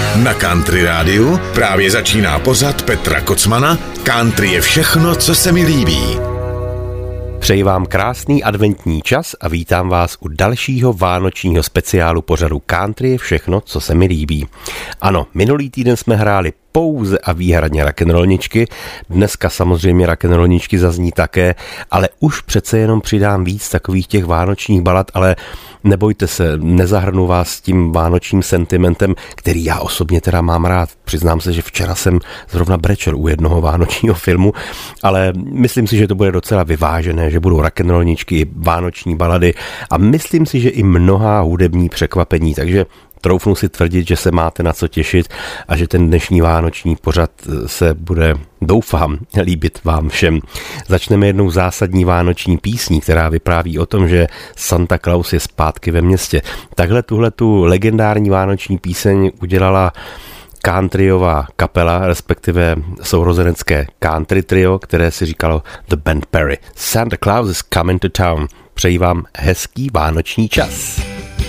Na Country Rádiu právě začíná pořad Petra Kocmana Country je všechno, co se mi líbí. Přeji vám krásný adventní čas a vítám vás u dalšího vánočního speciálu pořadu Country je všechno, co se mi líbí. Ano, minulý týden jsme hráli pouze a výhradně rock'n'rollničky, dneska samozřejmě rock'n'rollničky zazní také, ale už přece jenom přidám víc takových těch vánočních balad, ale nebojte se, nezahrnu vás s tím vánočním sentimentem, který já osobně teda mám rád. Přiznám se, že včera jsem zrovna brečel u jednoho vánočního filmu, ale myslím si, že to bude docela vyvážené, že budou rock'n'rollničky, vánoční balady a myslím si, že i mnohá hudební překvapení, takže troufnu si tvrdit, že se máte na co těšit a že ten dnešní vánoční pořad se bude, doufám, líbit vám všem. Začneme jednou zásadní vánoční písní, která vypráví o tom, že Santa Claus je zpátky ve městě. Takhle tuhletu legendární vánoční píseň udělala countryová kapela, respektive sourozenecké country trio, které si říkalo The Band Perry. Santa Claus is coming to town. Přeji vám hezký vánoční čas.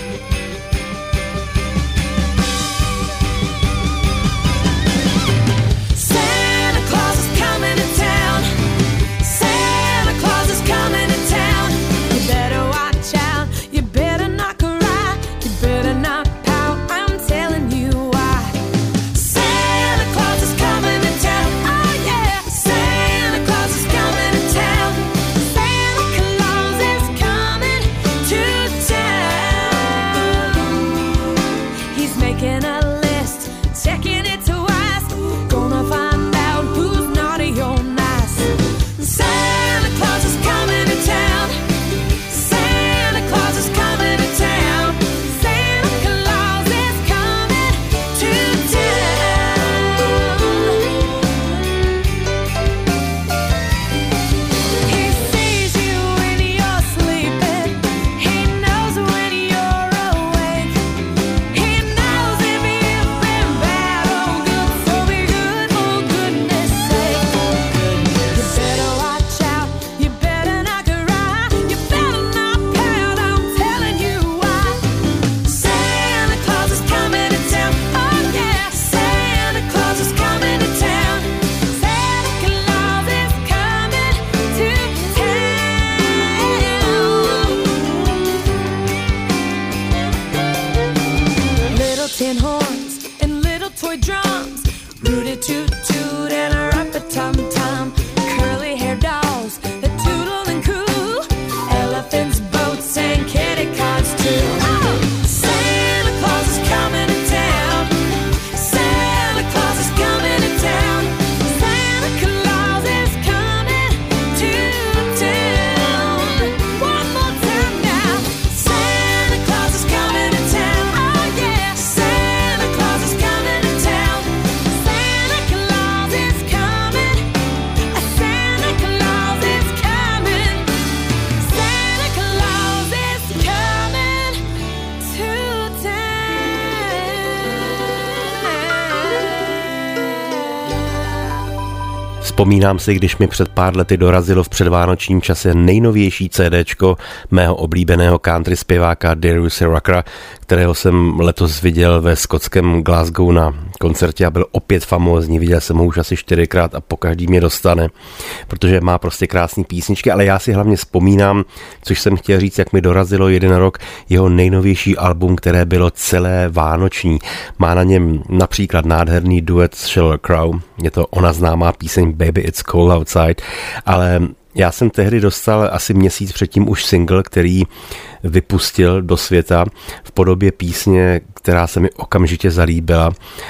Vzpomínám si, když mi před pár lety dorazilo v předvánočním čase nejnovější CDčko mého oblíbeného country zpěváka Dariuse Ruckera, kterého jsem letos viděl ve skotském Glasgow na koncertě a byl opět famózní. Viděl jsem ho už asi 4krát a pokaždý mě dostane, protože má prostě krásné písničky, ale já si hlavně vzpomínám, což jsem chtěl říct, jak mi dorazilo jeden rok jeho nejnovější album, které bylo celé vánoční. Má na něm například nádherný duet s Sheryl Crow, je to ona známá píseň Baby It's Cold Outside, ale já jsem tehdy dostal asi měsíc předtím už single, který vypustil do světa v podobě písně, která se mi okamžitě zalíbila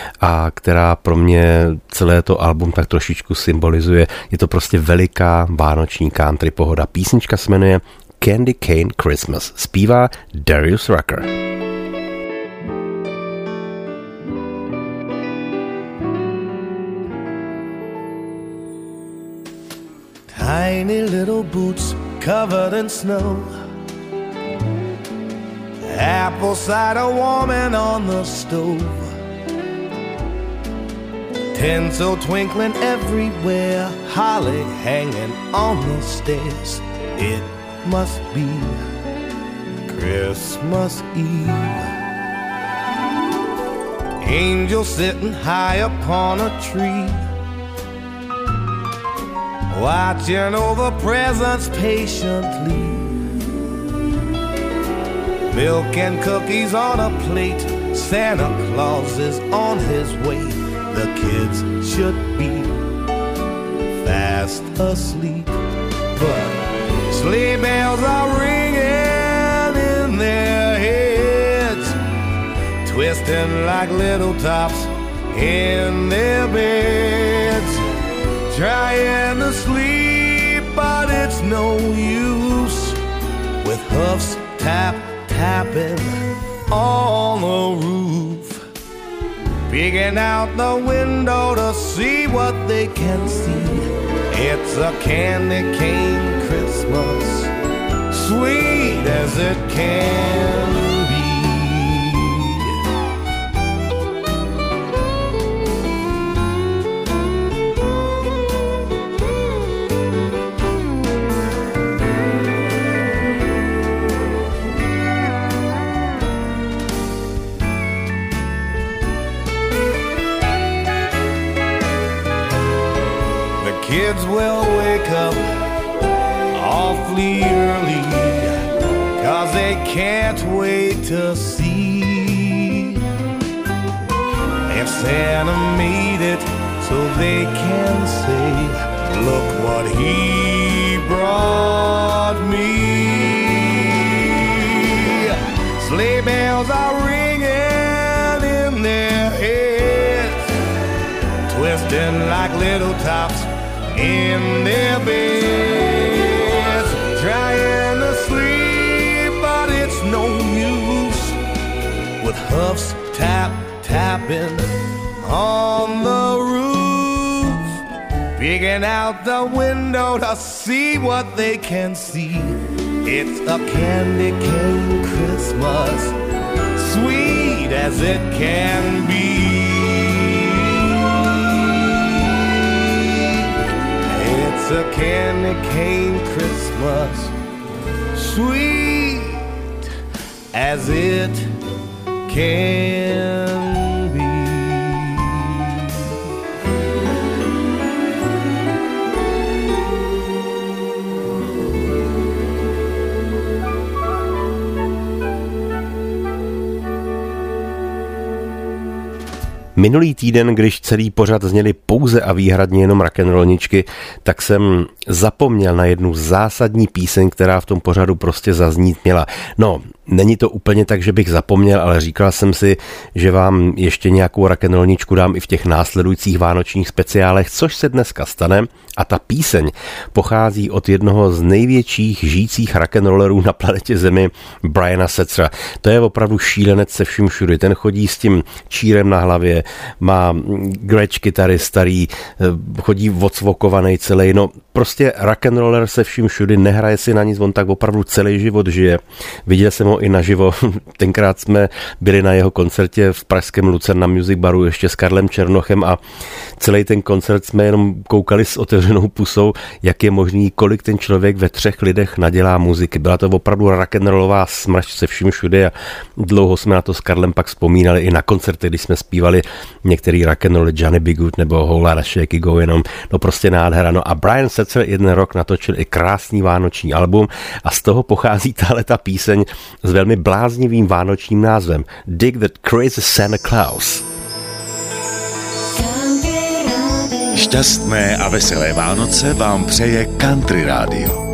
a která pro mě celé to album tak trošičku symbolizuje. Je to prostě veliká vánoční country pohoda. Písnička se jmenuje Candy Cane Christmas. Zpívá Dariuse Rucker. Tiny little boots covered in snow, apple cider warming on the stove, tinsel twinkling everywhere, holly hanging on the stairs. It must be Christmas Eve. angel sitting high upon a tree, watching over presents patiently. Milk and cookies on a plate, Santa Claus is on his way. The kids should be fast asleep, but sleigh bells are ringing in their heads, twisting like little tops in their beds, trying to sleep, but it's no use, with hoofs tapping on the roof, peeking out the window to see what they can see. It's a candy cane Christmas, sweet as it can be. Kids will wake up awfully early, 'cause they can't wait to see if Santa made it, so they can say, look what he brought me. Sleigh bells are ringing in their heads, twisting like little tops in their beds, trying to sleep, but it's no use, with hoofs tapping on the roof, peeking out the window to see what they can see. It's a candy cane Christmas, sweet as it can be. It's a candy cane Christmas, sweet as it can be. Minulý týden, když celý pořad zněly pouze a výhradně jenom rock'n'rollničky, tak jsem zapomněl na jednu zásadní píseň, která v tom pořadu prostě zaznít měla. No, není to úplně tak, že bych zapomněl, ale říkal jsem si, že vám ještě nějakou rock'n'rollničku dám i v těch následujících vánočních speciálech, což se dneska stane. A ta píseň pochází od jednoho z největších žijících rock'n'rollerů na planetě Zemi, Briana Setzera. To je opravdu šílenec se vším všudy. Ten chodí s tím čírem na hlavě, má gretsch kytary starý, chodí odsvokovaný celý. No prostě rock'n'roller se vším všudy, nehraje si na nic, on tak opravdu celý život žije. Viděl jsem ho i naživo. Tenkrát jsme byli na jeho koncertě v pražském Lucerna Music Baru ještě s Karlem Černochem a celý ten koncert jsme jenom koukali s otevřenou pusou, jak je možný, kolik ten člověk ve 3 lidech nadělá muziky. Byla to opravdu rock'n'rollová smršť se vším všude a dlouho jsme na to s Karlem pak vzpomínali i na koncerty, když jsme zpívali některý rock'n'roll, Johnny B. Good nebo Whole Lotta Shaky Going On. No prostě nádhera. No a Brian Setzer jeden rok natočil i krásný vánoční album a z toho pochází tahleta píseň s velmi bláznivým vánočním názvem Dig That Crazy Santa Claus. Šťastné a veselé Vánoce vám přeje Country Radio.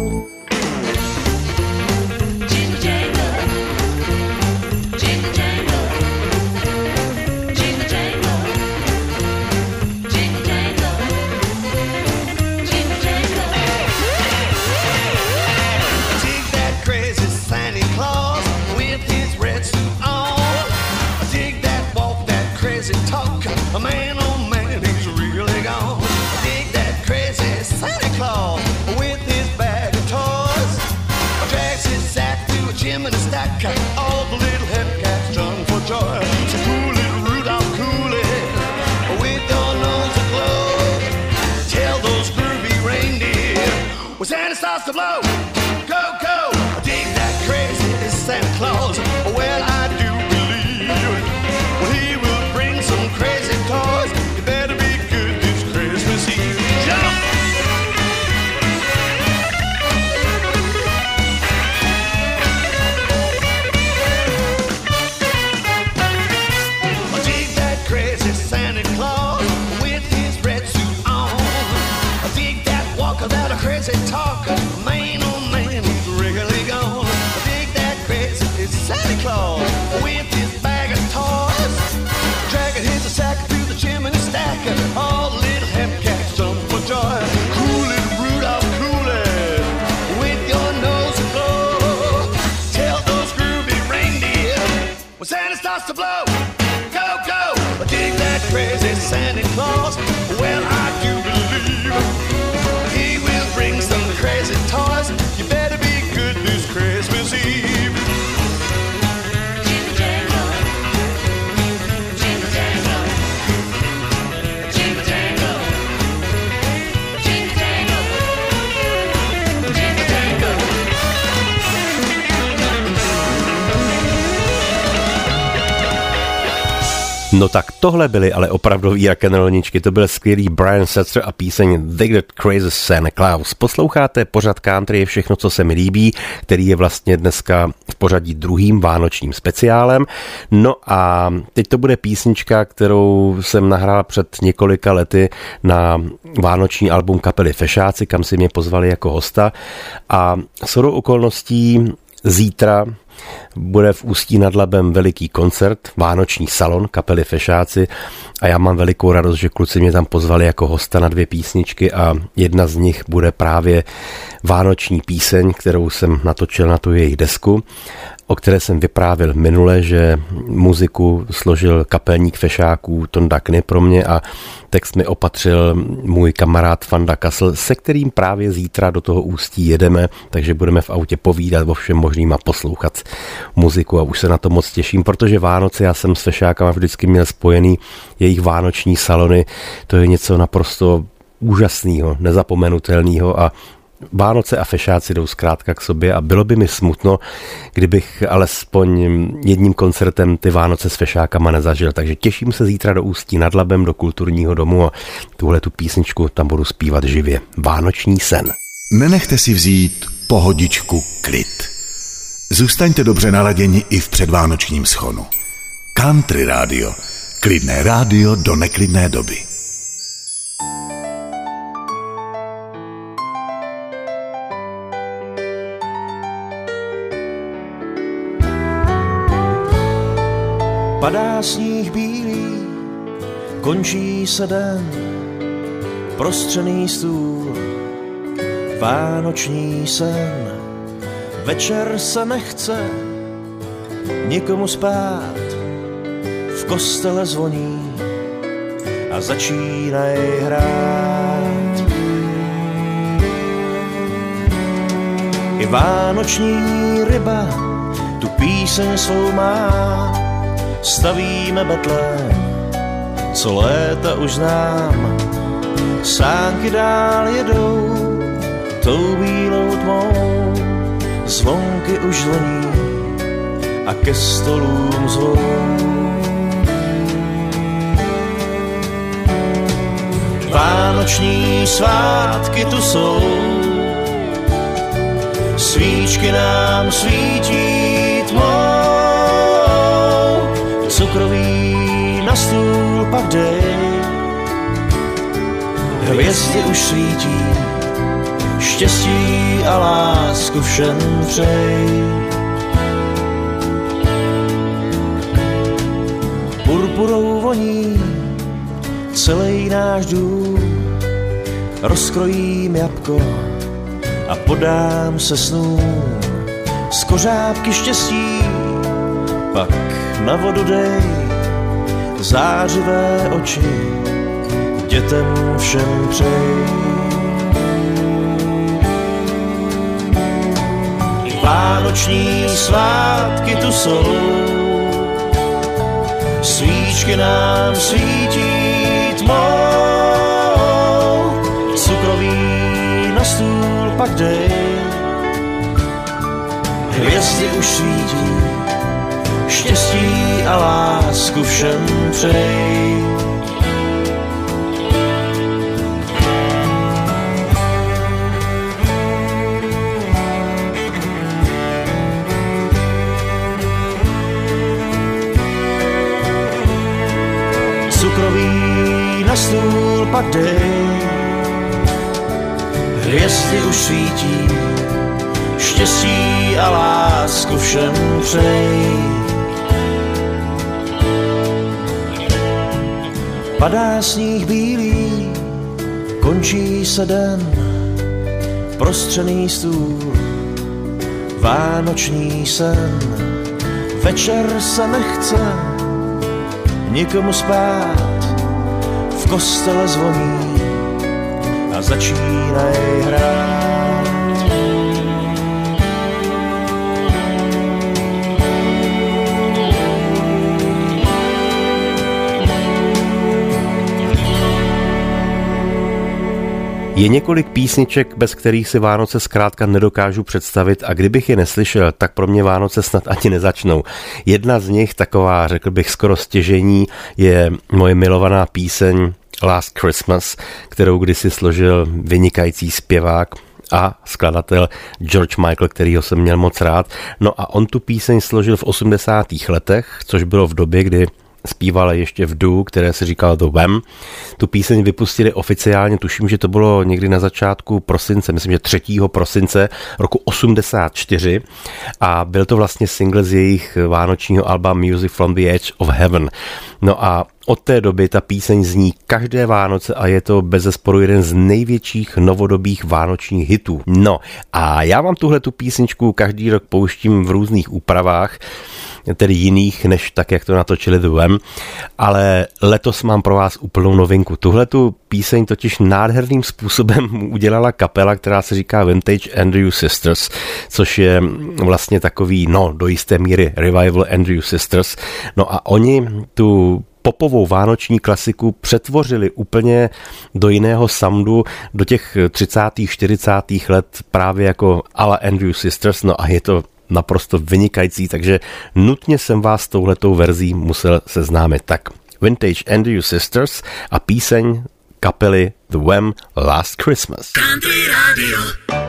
Santa starts to blow, go, go, dig that crazy Santa Claus. Well, I do believe he will bring some crazy Santa Claus. Well, I do believe he will bring some crazy toys. You better be good this Christmas Eve. No tak tohle byly ale opravdový rock'n'rollničky, to byl skvělý Brian Setzer a píseň They Get Crazy Santa Claus. Posloucháte pořad Country je všechno, co se mi líbí, který je vlastně dneska v pořadí druhým vánočním speciálem. No a teď to bude písnička, kterou jsem nahrál před několika lety na vánoční album kapely Fešáci, kam si mě pozvali jako hosta a shodou okolností zítra bude v Ústí nad Labem veliký koncert, vánoční salon kapely Fešáci a já mám velikou radost, že kluci mě tam pozvali jako hosta na 2 písničky a jedna z nich bude právě vánoční píseň, kterou jsem natočil na tu jejich desku, o které jsem vyprávěl minule, že muziku složil kapelník Fešáků Tonda Kny pro mě a text mi opatřil můj kamarád Fanda Kasl, se kterým právě zítra do toho Ústí jedeme, takže budeme v autě povídat o všem možným a poslouchat muziku a už se na to moc těším, protože Vánoce já jsem s Fešákama vždycky měl spojený jejich vánoční salony, to je něco naprosto úžasného, nezapomenutelného a Vánoce a Fešáci jdou zkrátka k sobě a bylo by mi smutno, kdybych alespoň jedním koncertem ty Vánoce s Fešákama nezažil, takže těším se zítra do Ústí nad Labem, do kulturního domu a tuhle tu písničku tam budu zpívat živě. Vánoční sen. Nenechte si vzít pohodičku, klid. Zůstaňte dobře naladěni i v předvánočním schonu. Country rádio. Klidné rádio do neklidné doby. Padá sníh bílý, končí se den, prostřený stůl, vánoční sen. Večer se nechce nikomu spát, v kostele zvoní a začínají hrát. I vánoční ryba tu píseň svou má, stavíme betlém, co léta už znám. Sánky dál jedou tou bílou tmou, zvonky už zvoní a ke stolům zvou. Vánoční svátky tu jsou, svíčky nám svítí tmou, cukroví na stůl pak dej, hvězdy už svítí, štěstí a lásku všem přeji. Purpurou voní celý náš dům, rozkrojím jabko a podám se snům. Z kořápky štěstí pak na vodu dej, zářivé oči dětem všem přeji. Vánoční svátky tu jsou, svíčky nám svítí tmou, cukroví na stůl pak dej, hvězdy už svítí, štěstí a lásku všem přeji. Cukroví na stůl pak dej, hvězdy už svítí, štěstí a lásku všem přeji. Padá sníh bílý, končí se den, prostřený stůl, vánoční sen. Večer se nechce nikomu spát, v kostele zvoní a začínají hrát. Je několik písniček, bez kterých si Vánoce zkrátka nedokážu představit a kdybych je neslyšel, tak pro mě Vánoce snad ani nezačnou. Jedna z nich, taková řekl bych skoro stěžení, je moje milovaná píseň Last Christmas, kterou kdysi složil vynikající zpěvák a skladatel George Michael, kterýho jsem měl moc rád. No a on tu píseň složil v 80. letech, což bylo v době, kdy zpívala ještě v duo, které se říkalo The Wham. Tu píseň vypustili oficiálně, tuším, že to bylo někdy na začátku prosince, myslím, že 3. prosince roku 84 a byl to vlastně single z jejich vánočního alba Music from the Edge of Heaven. No a od té doby ta píseň zní každé Vánoce a je to bezesporu jeden z největších novodobých vánočních hitů. No a já vám tuhle tu písničku každý rok pouštím v různých úpravách, tedy jiných, než tak, jak to natočili The Wham, ale letos mám pro vás úplnou novinku. Tuhle tu píseň totiž nádherným způsobem udělala kapela, která se říká Vintage Andrew Sisters, což je vlastně takový, do jisté míry revival Andrew Sisters. No a oni tu popovou vánoční klasiku přetvořili úplně do jiného soundu, do těch 30. 40. let právě jako a la Andrew Sisters, no a je to naprosto vynikající, takže nutně jsem vás s touhletou verzí musel seznámit. Tak Vintage Andrew Sisters a píseň kapely The Wham Last Christmas. Country Radio.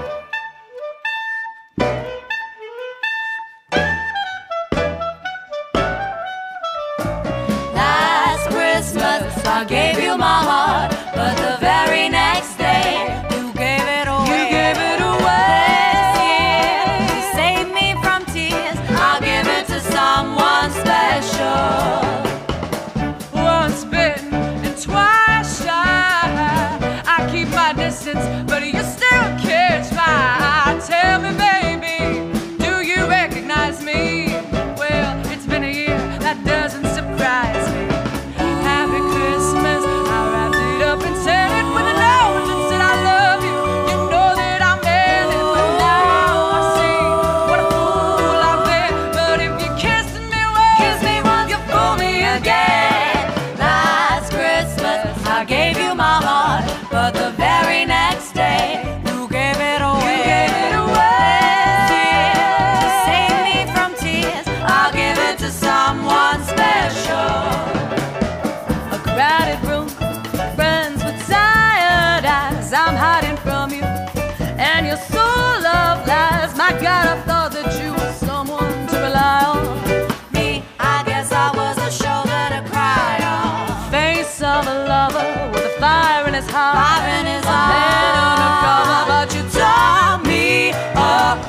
Last Christmas I gave you my heart, but the very next day you gave it away. You gave it away. You saved me from tears. I'll give it to someone special. Once bitten and twice shy. I keep my distance, but you still catch my eye. Tell me, baby, do you recognize me? Well, it's been a year, that doesn't surprise me. Happy Christmas, I wrapped it up and sent it with a note that said I love you. You know that I meant it, but now I see what a fool I've been. But if you kissed me once, you fool me again. Last Christmas I gave you my heart, but the very next day you gave it away. You gave it away. To save me from tears, I'll give it to someone special. A crowded room, friends with tired eyes. I'm hiding from you, and you're so love lies. My God, I thought that you were someone to rely on. Me, I guess I was a shoulder to cry on. Face of a lover with a fire in his heart. Fire in his A man undercover, but you tore me apart.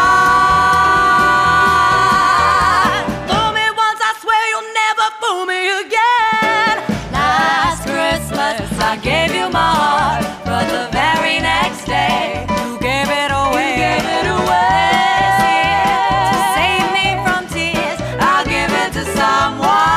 Fool me once, I swear you'll never fool me again. Last Christmas I gave you my heart, but the very next day you gave it away. You gave it away. To save me from tears, I'll give it to someone.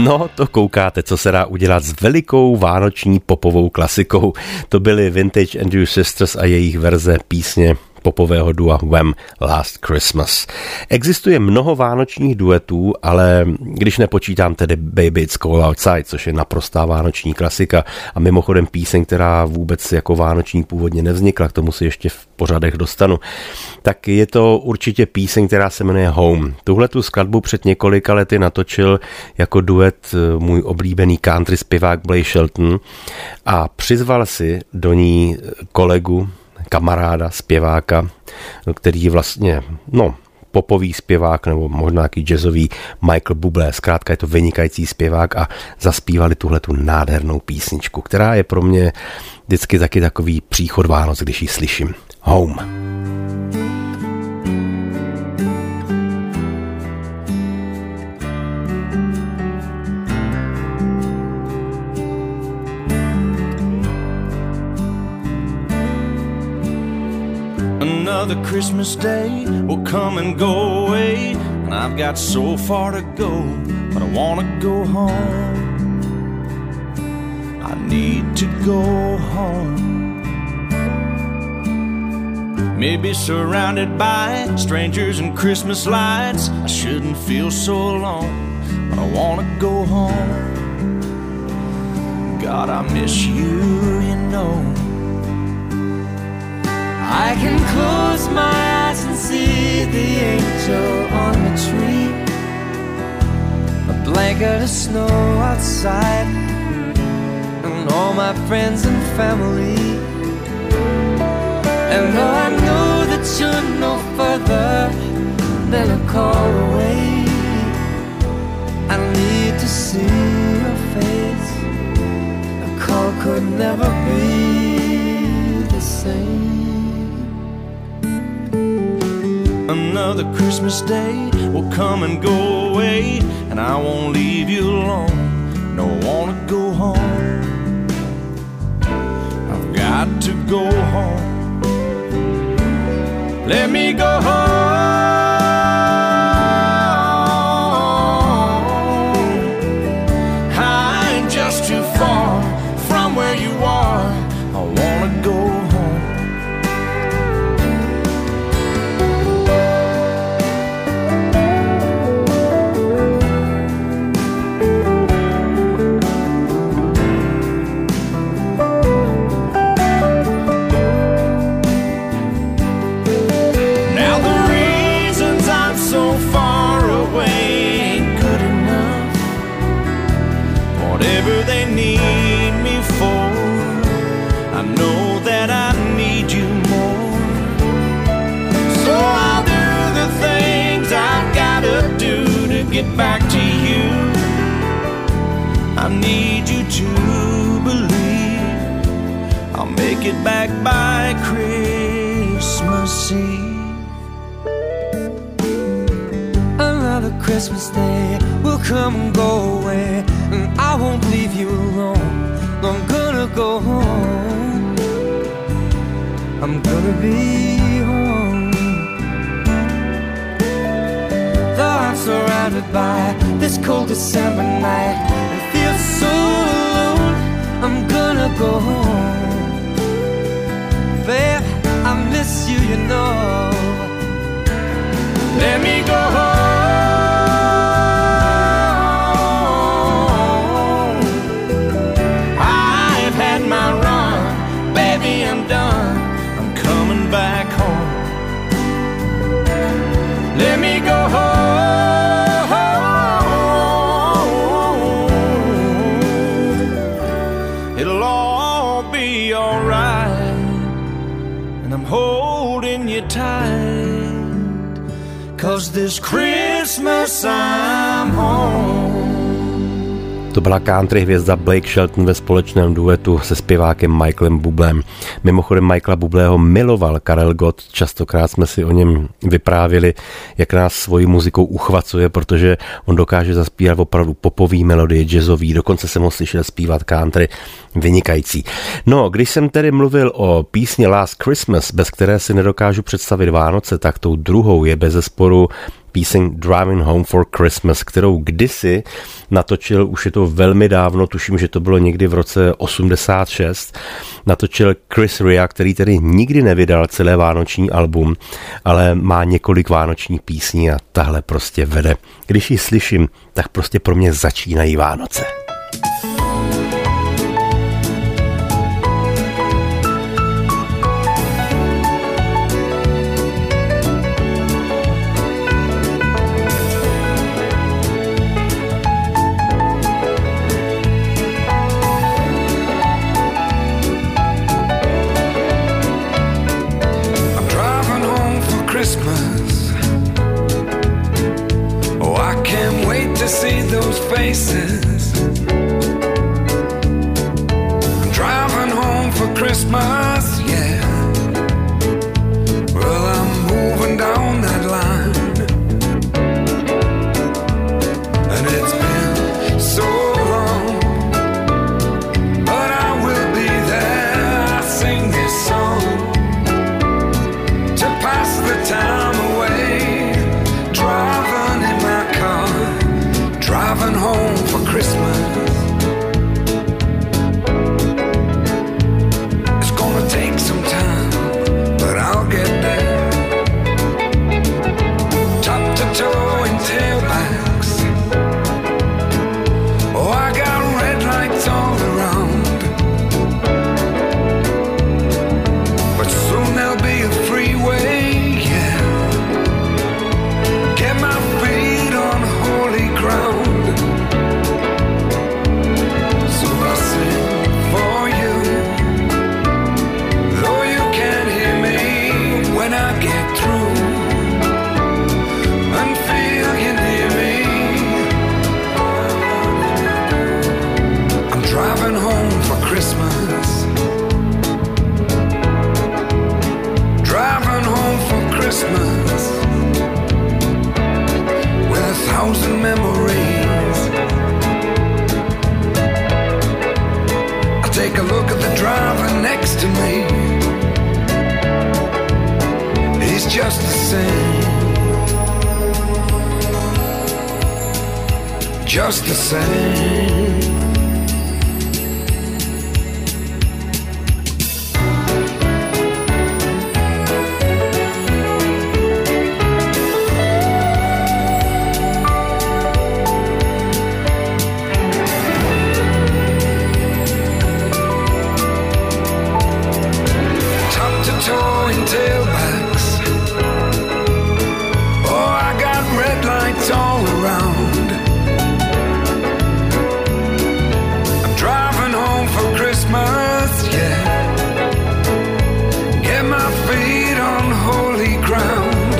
No, to koukáte, co se dá udělat s velikou vánoční popovou klasikou. To byly Vintage Andrew Sisters a jejich verze písně popového dua Wham! Last Christmas. Existuje mnoho vánočních duetů, ale když nepočítám tedy Baby It's Cold Outside, což je naprostá vánoční klasika a mimochodem píseň, která vůbec jako vánoční původně nevznikla, k tomu si ještě v pořadech dostanu, tak je to určitě píseň, která se jmenuje Home. Tuhletu skladbu před několika lety natočil jako duet můj oblíbený country zpěvák Blake Shelton a přizval si do ní kolegu, kamaráda, zpěváka, který je vlastně, popový zpěvák nebo možná nějaký jazzový Michael Bublé. Zkrátka je to vynikající zpěvák a zaspívali tuhletu nádhernou písničku, která je pro mě vždycky taky takový příchod Vánoc, když ji slyším. Home. Another Christmas day will come and go away, and I've got so far to go, but I wanna go home. I need to go home. Maybe surrounded by strangers and Christmas lights, I shouldn't feel so alone, but I wanna go home. God, I miss you, you know. I can close my eyes and see the angel on the tree, a blanket of snow outside, and all my friends and family. And though I know that you're no further than a call away, I need to see your face. A call could never be the same. Another Christmas day will come and go away, and I won't leave you alone. No, I wanna go home. I've got to go home. Let me go home. I ain't just too far from where you are. I wanna go home. Whatever they need me for, I know that I need you more. So I'll do the things I've gotta do to get back to you. I need you to believe I'll make it back by Christmas Eve. Another Christmas day will come and go away, and I won't leave you alone. No, I'm gonna go home. I'm gonna be home. Though I'm surrounded by this cold December night and feel so alone, I'm gonna go home. Babe, I miss you, you know. Let me go home. I'm done, I'm coming back home. Let me go home. It'll all be alright, and I'm holding you tight, 'cause this Christmas I'm home. To byla country hvězda Blake Shelton ve společném duetu se zpěvákem Michaelem Bublém. Mimochodem Michaela Bubleho miloval Karel Gott, častokrát jsme si o něm vyprávěli, jak nás svojí muzikou uchvacuje, protože on dokáže zaspívat opravdu popový melodie, jazzový, dokonce jsem ho slyšel zpívat country vynikající. No, když jsem tedy mluvil o písni Last Christmas, bez které si nedokážu představit Vánoce, tak tou druhou je bezesporu píseň Driving Home for Christmas, kterou kdysi natočil, už je to velmi dávno, tuším, že to bylo někdy v roce 86, natočil Chris Rea, který tedy nikdy nevydal celé vánoční album, ale má několik vánočních písní a tahle prostě vede. Když ji slyším, tak prostě pro mě začínají Vánoce. Faces. I'm driving home for Christmas, yeah. Well, I'm moving down that line, and it's been so long, but I will be there. I sing this song to pass the time away, driving in my car, driving home for Christmas. It's gonna take some time, but I'll get there. Top to toe in tailbacks. Oh, I got red lights all around, but soon there'll be a freeway, yeah. Get my feet on holy ground. Driving home for Christmas. Driving home for Christmas with 1,000 memories. I take a look at the driver next to me. He's just the same. Just the same. Tailbacks. Oh, I got red lights all around. I'm driving home for Christmas, yeah. Get my feet on holy ground.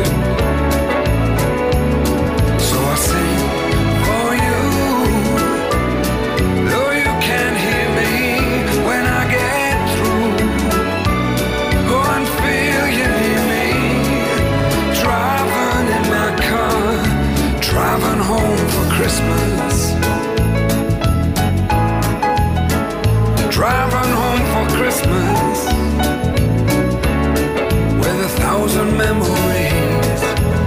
So I sing for you, though you can't hear me when I get through. Go and feel you near me, driving in my car, driving home for Christmas. Driving home for Christmas with 1,000 memories.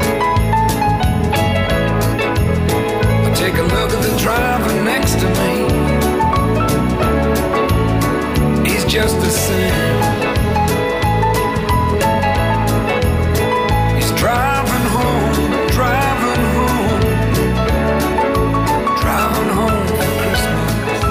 I take a look at the driver next to me. He's just the same. He's driving home, driving home, driving home for Christmas.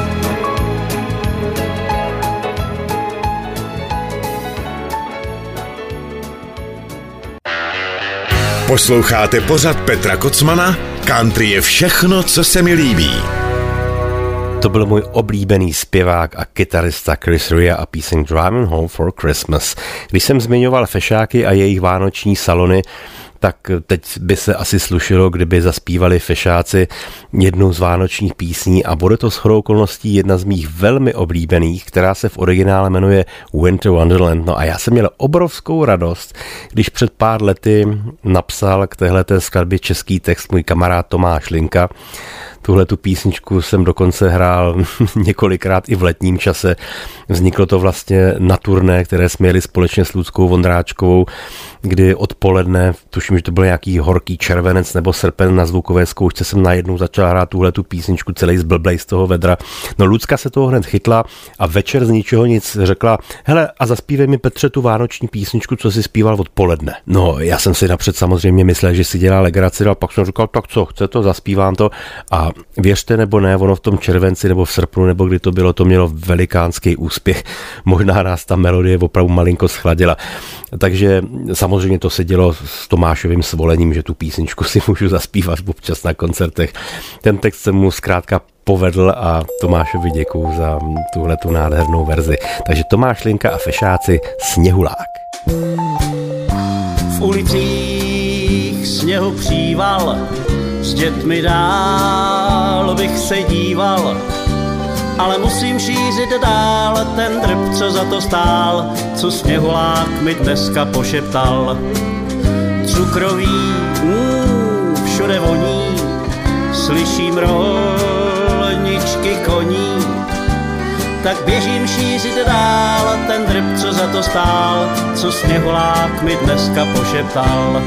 Posloucháte pořad Petra Kocmana? Country je všechno, co se mi líbí. To byl můj oblíbený zpěvák a kytarista Chris Rea a píseň Driving Home for Christmas. Když jsem zmiňoval fešáky a jejich vánoční salony, tak teď by se asi slušilo, kdyby zaspívali fešáci jednu z vánočních písní a bude to shodou okolností jedna z mých velmi oblíbených, která se v originále jmenuje Winter Wonderland. No a já jsem měl obrovskou radost, když před pár lety napsal k téhleté skladbě český text můj kamarád Tomáš Linka. Tuhle tu písničku jsem dokonce hrál několikrát i v letním čase. Vzniklo to vlastně na turné, které jsme jeli společně s Luckou Vondráčkovou, kdy odpoledne, tuším, že to byl nějaký horký červenec nebo srpen, na zvukové zkoušce jsem najednou začal hrát tuhle tu písničku celý zblblej z toho vedra. No Lucka se toho hned chytla a večer z ničeho nic řekla: hele, a zaspívej mi, Petře, tu vánoční písničku, co si zpíval odpoledne. No, já jsem si napřed samozřejmě myslel, že si dělá legraci, ale pak jsem říkal, tak co, chce to, zaspívám to. A věřte nebo ne, ono v tom červenci nebo v srpnu, nebo kdy to bylo, to mělo velikánský úspěch. Možná nás ta melodie opravdu malinko schladila. Takže samozřejmě to se dělo s Tomášovým svolením, že tu písničku si můžu zaspívat občas na koncertech. Ten text se mu zkrátka povedl a Tomášovi děkuju za tuhletu nádhernou verzi. Takže Tomáš Linka a Fešáci, Sněhulák. V ulicích sněhu příval, s dětmi dál bych se díval, ale musím šířit dál ten drb, co za to stál, co Sněhulák mi dneska pošeptal. Cukroví, všude voní, slyším rolničky koní, tak běžím šířit dál ten drb, co za to stál, co Sněhulák mi dneska pošeptal.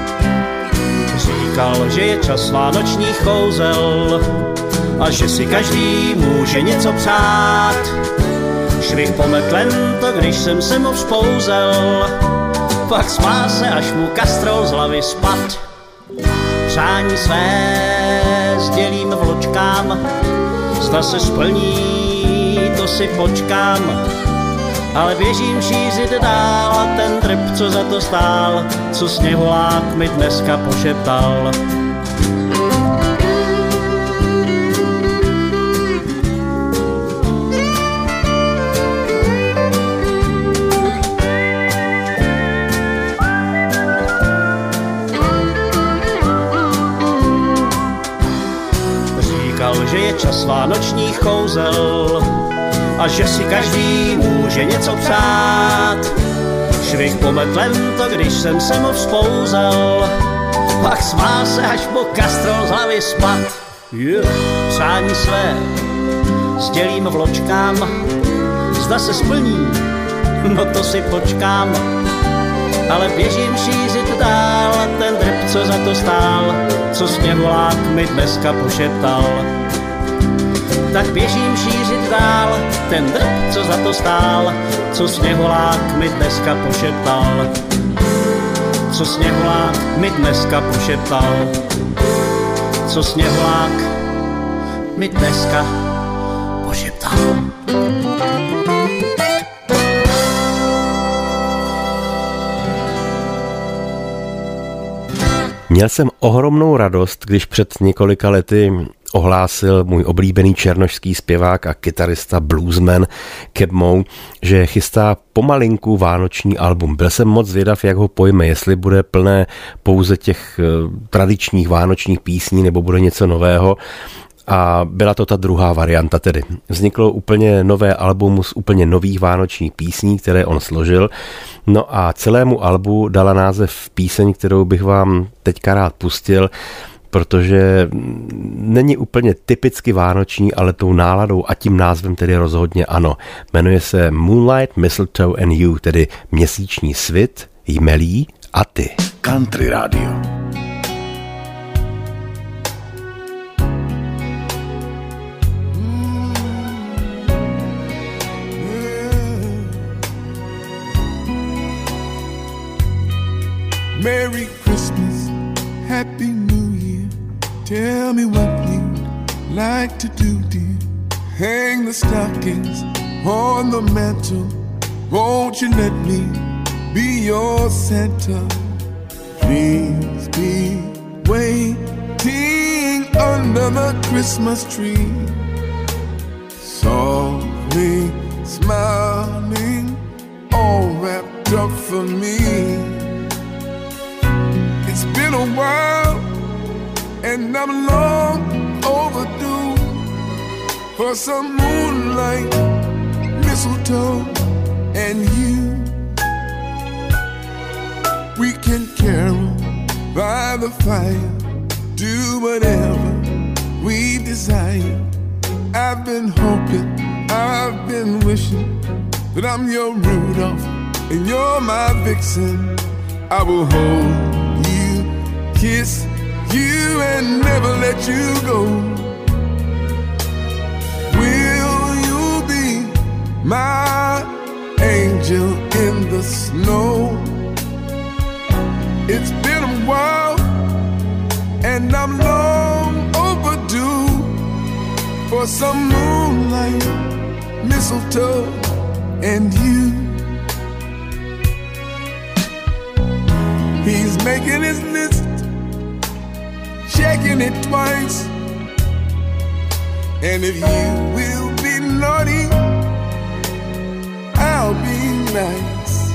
Říkal, že je čas vánočních kouzel a že si každý může něco přát. Švih pometlen to, když jsem se mu vzpouzel, pak smál se, až mu kastrol z hlavy spad. Přání své sdělím vločkám, zda se splní, to si počkám, ale běžím šířit dál a ten drb, co za to stál, co Sněhulák mi dneska pošeptal. Že je čas vánočních kouzel a že si každý může něco přát. Švih pometlen to, když jsem se mu vzpouzel, pak smál se, až mu kastrol z hlavy spad. Přání své sdělím vločkám, zda se splní, no to si počkám, ale běžím šířit dál ten drb, co za to stál, co Sněhulák mi dneska pošeptal. Tak běžím šířit dál ten drb, co za to stál, co Sněhulák mi dneska pošeptal. Co Sněhulák mi dneska pošeptal. Co Sněhulák mi dneska pošeptal. Měl jsem ohromnou radost, když před několika lety ohlásil můj oblíbený černošský zpěvák a kytarista bluesman Keb Mo, že chystá pomalinku vánoční album. Byl jsem moc zvědav, jak ho pojme, jestli bude plné pouze těch tradičních vánočních písní nebo bude něco nového. A byla to ta druhá varianta tedy. Vzniklo úplně nové album z úplně nových vánočních písní, které on složil. No a celému albu dala název píseň, kterou bych vám teďka rád pustil, protože není úplně typicky vánoční, ale tou náladou a tím názvem tedy rozhodně ano. Jmenuje se Moonlight, Mistletoe and You, tedy Měsíční svit, jmelí a ty. Country Radio. Merry Christmas, Happy New Year. Tell me what you'd like to do, dear. Hang the stockings on the mantle. Won't you let me be your Santa? Please be waiting under the Christmas tree, softly smiling, all wrapped up for me. It's been a while, and I'm long overdue for some moonlight, mistletoe, and you. We can carol by the fire, do whatever we desire. I've been hoping, I've been wishing that I'm your Rudolph and you're my Vixen. I will hold you, kiss you, and never let you go. Will you be my angel in the snow? It's been a while and I'm long overdue for some moonlight, mistletoe, and you. He's making his list, checking it twice. And if you will be naughty, I'll be nice.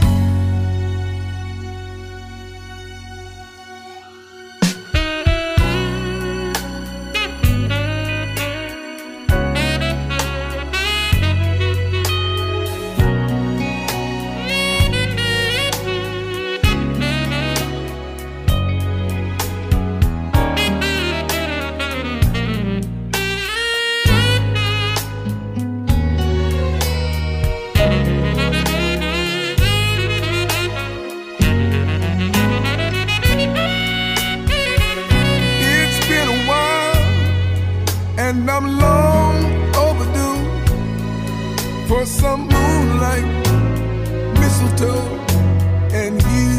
And I'm long overdue for some moonlight, mistletoe, and you.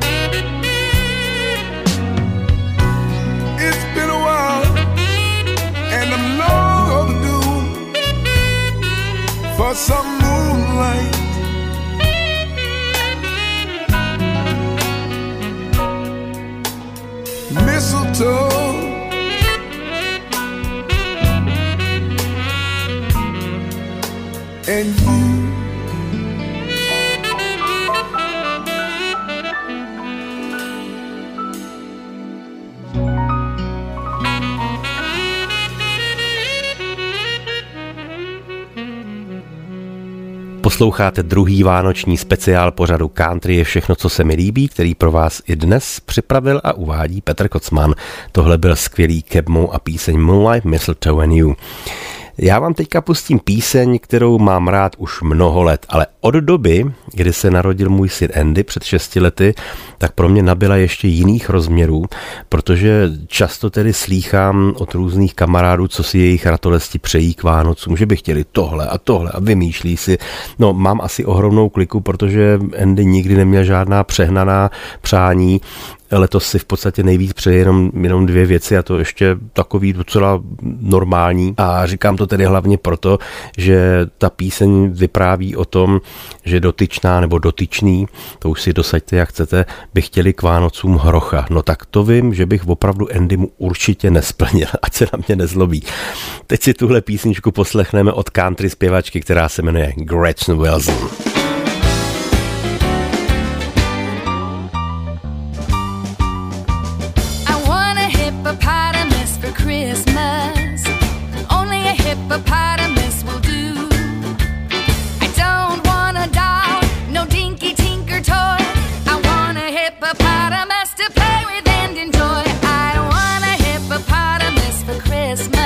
It's been a while, and I'm long overdue for some moonlight, mistletoe, and you. Posloucháte druhý vánoční speciál pořadu Country je všechno, co se mi líbí, který pro vás i dnes připravil a uvádí Petr Kocman. Tohle byl skvělý Keb Mo a píseň Moonlight, Mistletoe and You. Já vám teďka pustím píseň, kterou mám rád už mnoho let, ale od doby, kdy se narodil můj syn Andy před 6 lety, tak pro mě nabyla ještě jiných rozměrů, protože často tedy slýchám od různých kamarádů, co si jejich ratolesti přejí k Vánocům, že by chtěli tohle a vymýšlí si. No, mám asi ohromnou kliku, protože Andy nikdy neměl žádná přehnaná přání. Letos si v podstatě nejvíc přeje jenom 2 věci a to ještě takový docela normální. A říkám to tedy hlavně proto, že ta píseň vypráví o tom, že dotyčná nebo dotyčný, to už si dosaďte jak chcete, by chtěli k Vánocům hrocha. No tak to vím, že bych opravdu Andymu určitě nesplnil, ať se na mě nezlobí. Teď si tuhle písničku poslechneme od country zpěvačky, která se jmenuje Gretchen Wilson.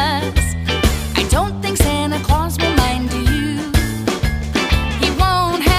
I don't think Santa Claus will mind you. He won't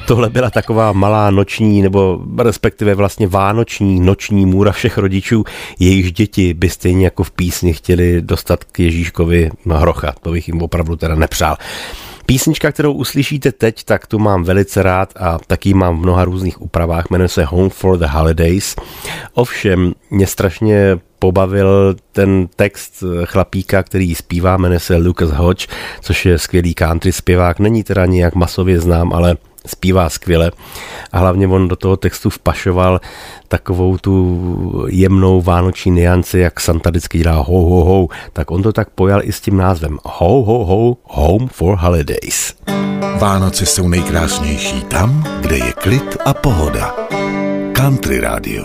Tohle byla taková malá noční, nebo respektive vlastně vánoční noční můra všech rodičů, jejichž děti by stejně jako v písni chtěli dostat k Ježíškovi hrocha. To bych jim opravdu teda nepřál. Písnička, kterou uslyšíte teď, tak tu mám velice rád a taky mám v mnoha různých úpravách, jmenuje se Home for the Holidays. Ovšem, mě strašně pobavil ten text chlapíka, který zpívá, jmenuje se Lucas Hodge, což je skvělý country zpěvák, není teda nějak masově znám, ale zpívá skvěle a hlavně on do toho textu vpašoval takovou tu jemnou vánoční nianci, jak Santa vždycky dělá ho, ho, ho, tak on to tak pojal i s tím názvem Ho, ho, ho, Home for Holidays. Vánoce jsou nejkrásnější tam, kde je klid a pohoda. Country Radio.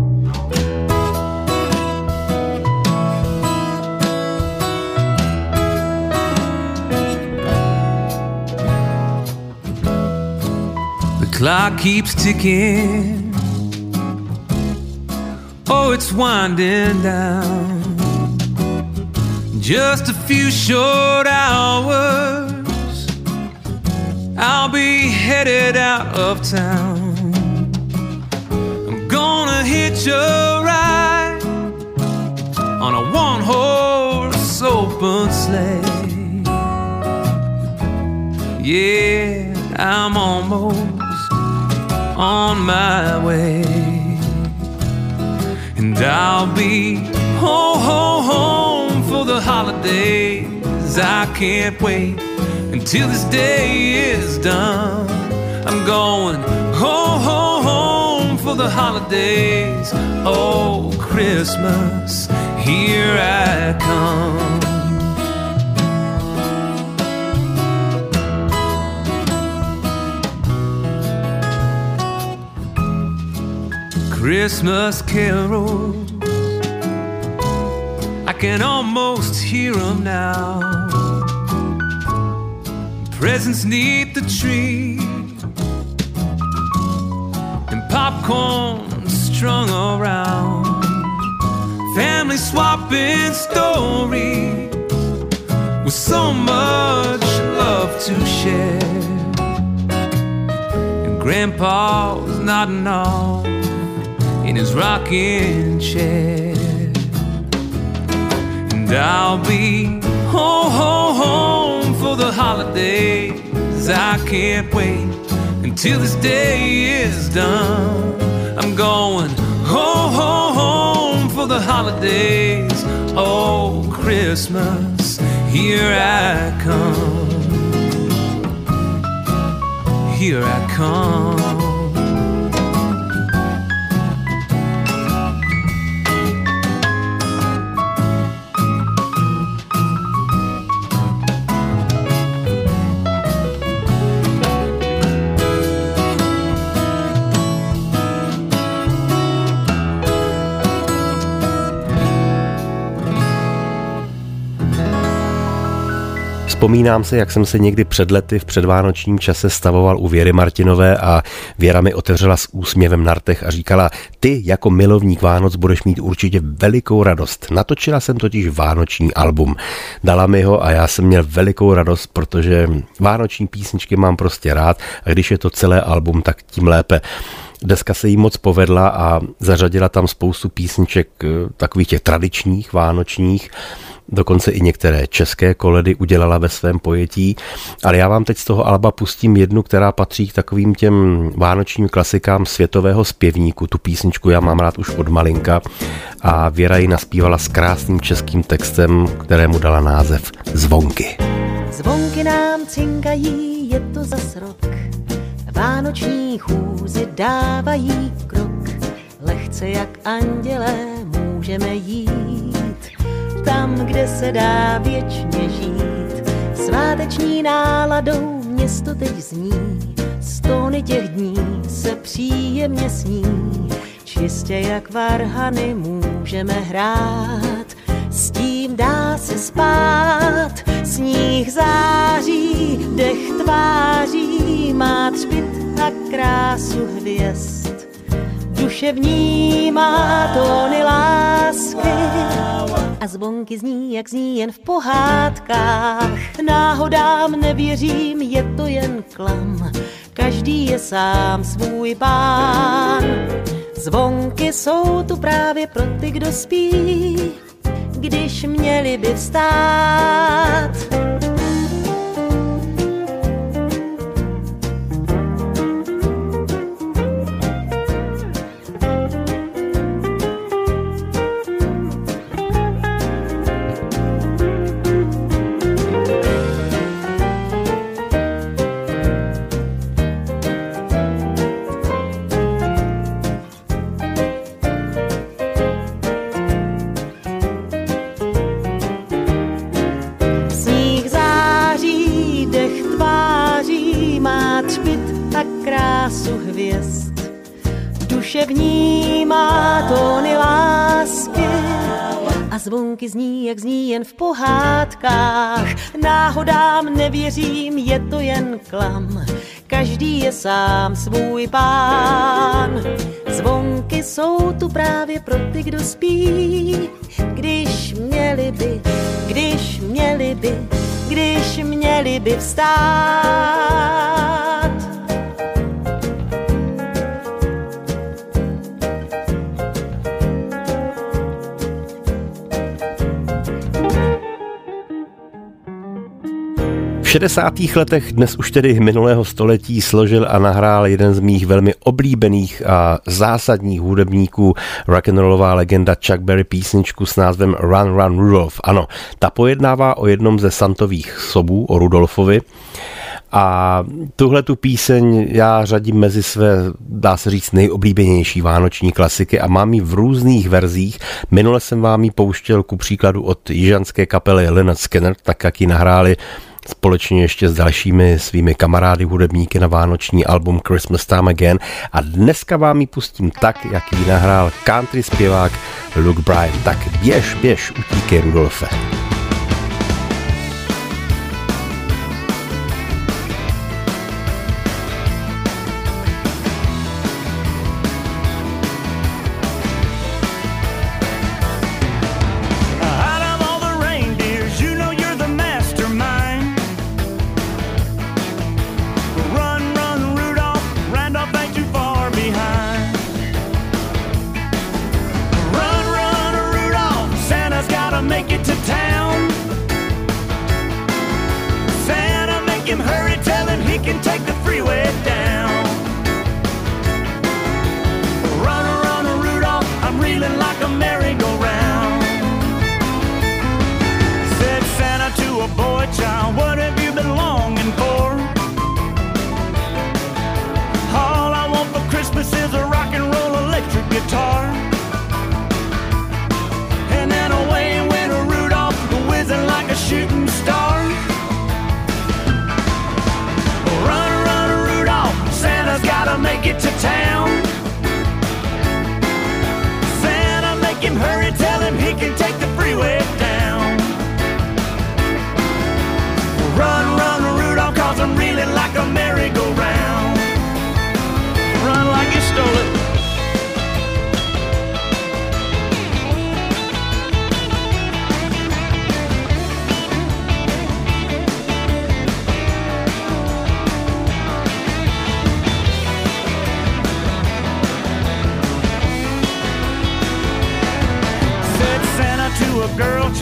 Clock keeps ticking. Oh, it's winding down. Just a few short hours, I'll be headed out of town. I'm gonna hitch a ride on a one-horse open sleigh. Yeah, I'm almost on my way, and I'll be home for the holidays. I can't wait until this day is done. I'm going home for the holidays. Oh, Christmas, here I come. Christmas carols, I can almost hear them now. Presents neath the tree, and popcorn strung around. Family swapping stories with so much love to share. And Grandpa's nodding off in his rocking chair, and I'll be home for the holidays. I can't wait until this day is done. I'm going home for the holidays. Oh, Christmas, here I come. Here I come. Vzpomínám se, jak jsem se někdy před lety v předvánočním čase stavoval u Věry Martinové a Věra mi otevřela s úsměvem na rtech a říkala: ty jako milovník Vánoc budeš mít určitě velikou radost. Natočila jsem totiž vánoční album. Dala mi ho a já jsem měl velikou radost, protože vánoční písničky mám prostě rád a když je to celé album, tak tím lépe. Deska se jí moc povedla a zařadila tam spoustu písniček takových těch tradičních, vánočních, dokonce i některé české koledy udělala ve svém pojetí, ale já vám teď z toho alba pustím jednu, která patří k takovým těm vánočním klasikám světového zpěvníku. Tu písničku já mám rád už od malinka a Věra ji naspívala s krásným českým textem, kterému dala název Zvonky. Zvonky nám cinkají, je to zas rok, vánoční chůzi dávají krok, lehce jak andělé můžeme jít, tam, kde se dá věčně žít. Sváteční náladou město teď zní, stóny těch dní se příjemně sní, čistě jak varhany můžeme hrát, s tím dá se spát. Sníh září, dech tváří, má třpyt a krásu hvězd, duše vnímá tóny lásky a zvonky zní, jak zní jen v pohádkách. Náhodám nevěřím, je to jen klam, každý je sám svůj pán. Zvonky jsou tu právě pro ty, kdo spí, když měli by vstát. Krásu hvězd, duše vnímá tóny lásky a zvonky zní, jak zní jen v pohádkách. Náhodám nevěřím, je to jen klam, každý je sám svůj pán. Zvonky jsou tu právě pro ty, kdo spí, když měli by vstát. V 60. letech, dnes už tedy minulého století, složil a nahrál jeden z mých velmi oblíbených a zásadních hudebníků, rock'n'rollová legenda Chuck Berry, písničku s názvem Run Run Rudolph. Ano, ta pojednává o jednom ze Santových sobů, o Rudolfovi. A tuhle tu píseň já řadím mezi své, dá se říct, nejoblíbenější vánoční klasiky a mám ji v různých verzích. Minule jsem vám ji pouštěl ku příkladu od jižanské kapely Lynyrd Skynyrd, tak jak ji nahráli společně ještě s dalšími svými kamarády hudebníky na vánoční album Christmas Time Again. A dneska vám ji pustím tak, jak ji nahrál country zpěvák Luke Bryan. Tak běž, utíkej, Rudolfe. Girl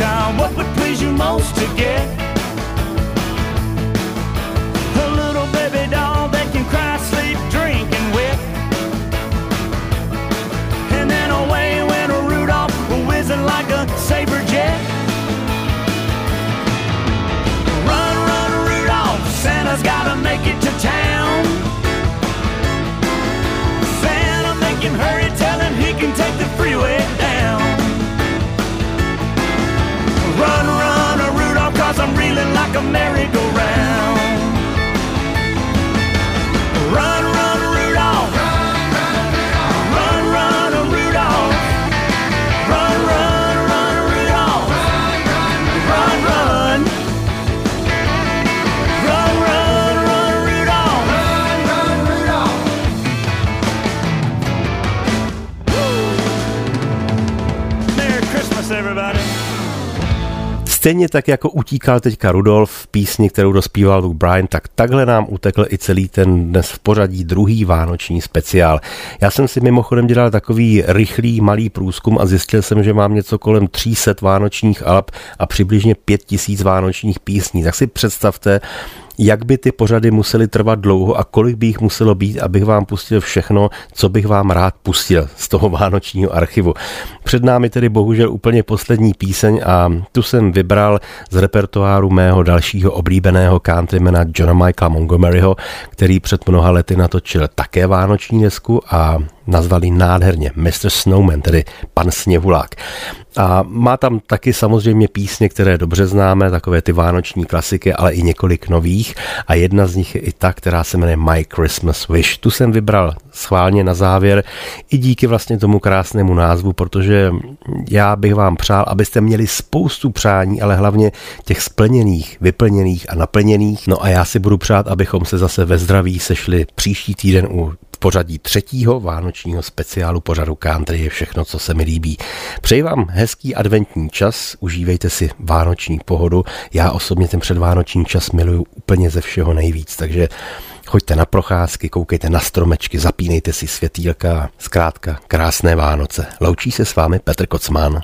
Stejně tak, jako utíkal teďka Rudolf v písni, kterou dospíval Luke Bryan, tak takhle nám utekl i celý ten dnes v pořadí druhý vánoční speciál. Já jsem si mimochodem dělal takový rychlý malý průzkum a zjistil jsem, že mám něco kolem 300 vánočních alb a přibližně 5000 vánočních písní. Tak si představte, jak by ty pořady musely trvat dlouho a kolik by jich muselo být, abych vám pustil všechno, co bych vám rád pustil z toho vánočního archivu. Před námi tedy bohužel úplně poslední píseň a tu jsem vybral z repertoáru mého dalšího oblíbeného countrymana Johna Michaela Montgomeryho, který před mnoha lety natočil také vánoční desku a nazvali nádherně Mr. Snowman, tedy Pan Sněhulák. A má tam taky samozřejmě písně, které dobře známe, takové ty vánoční klasiky, ale i několik nových a jedna z nich je i ta, která se jmenuje My Christmas Wish. Tu jsem vybral schválně na závěr i díky vlastně tomu krásnému názvu, protože já bych vám přál, abyste měli spoustu přání, ale hlavně těch splněných, vyplněných a naplněných. No a já si budu přát, abychom se zase ve zdraví sešli příští týden u pořadí třetího vánočního speciálu pořadu Country je všechno, co se mi líbí. Přeji vám hezký adventní čas, užívejte si vánoční pohodu. Já osobně ten předvánoční čas miluju úplně ze všeho nejvíc, takže choďte na procházky, koukejte na stromečky, zapínejte si světýlka, zkrátka krásné Vánoce. Loučí se s vámi Petr Kocman.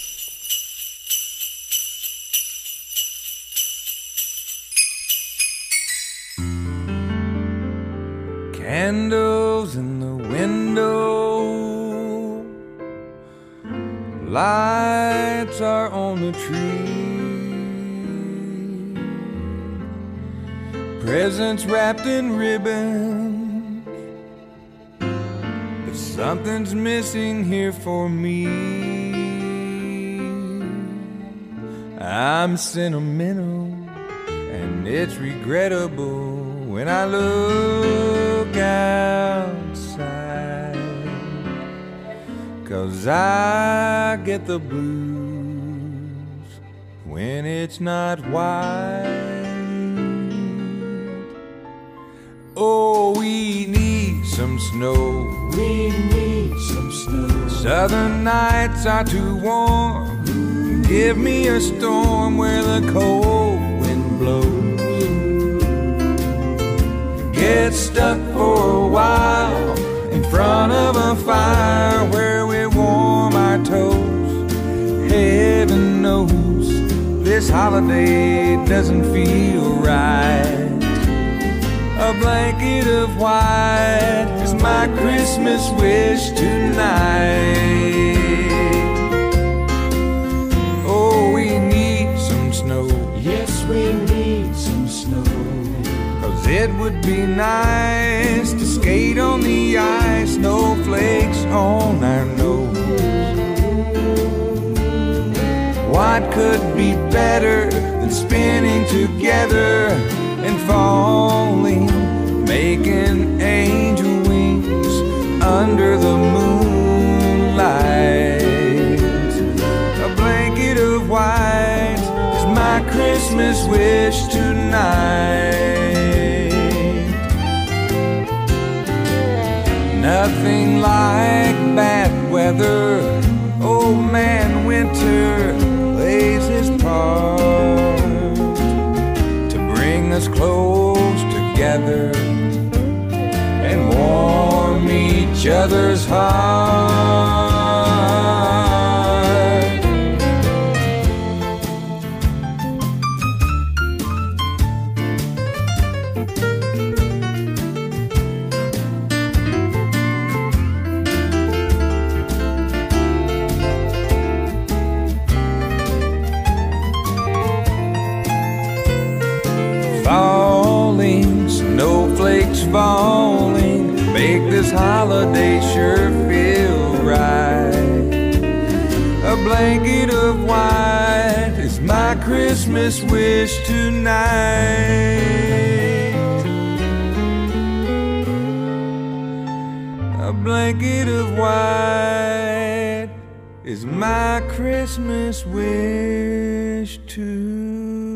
Candles in the window, lights are on the tree, presents wrapped in ribbons, but something's missing here for me. I'm sentimental and it's regrettable when I look outside, 'cause I get the blues when it's not white. Oh, we need some snow. We need some snow. Southern nights are too warm. Give me a storm where the cold wind blows. Get stuck for a while in front of a fire where we warm our toes. Heaven knows this holiday doesn't feel right. A blanket of white is my Christmas wish tonight. Oh, we need some snow. Yes, we need some snow. It would be nice to skate on the ice, snowflakes on our nose. What could be better than spinning together and falling, making angel wings under the moonlight? A blanket of white is my Christmas wish tonight. Nothing like bad weather. Old man winter plays his part to bring us close together and warm each other's heart. Falling, snowflakes falling, make this holiday sure feel right. A blanket of white is my Christmas wish tonight. A blanket of white is my Christmas wish tonight.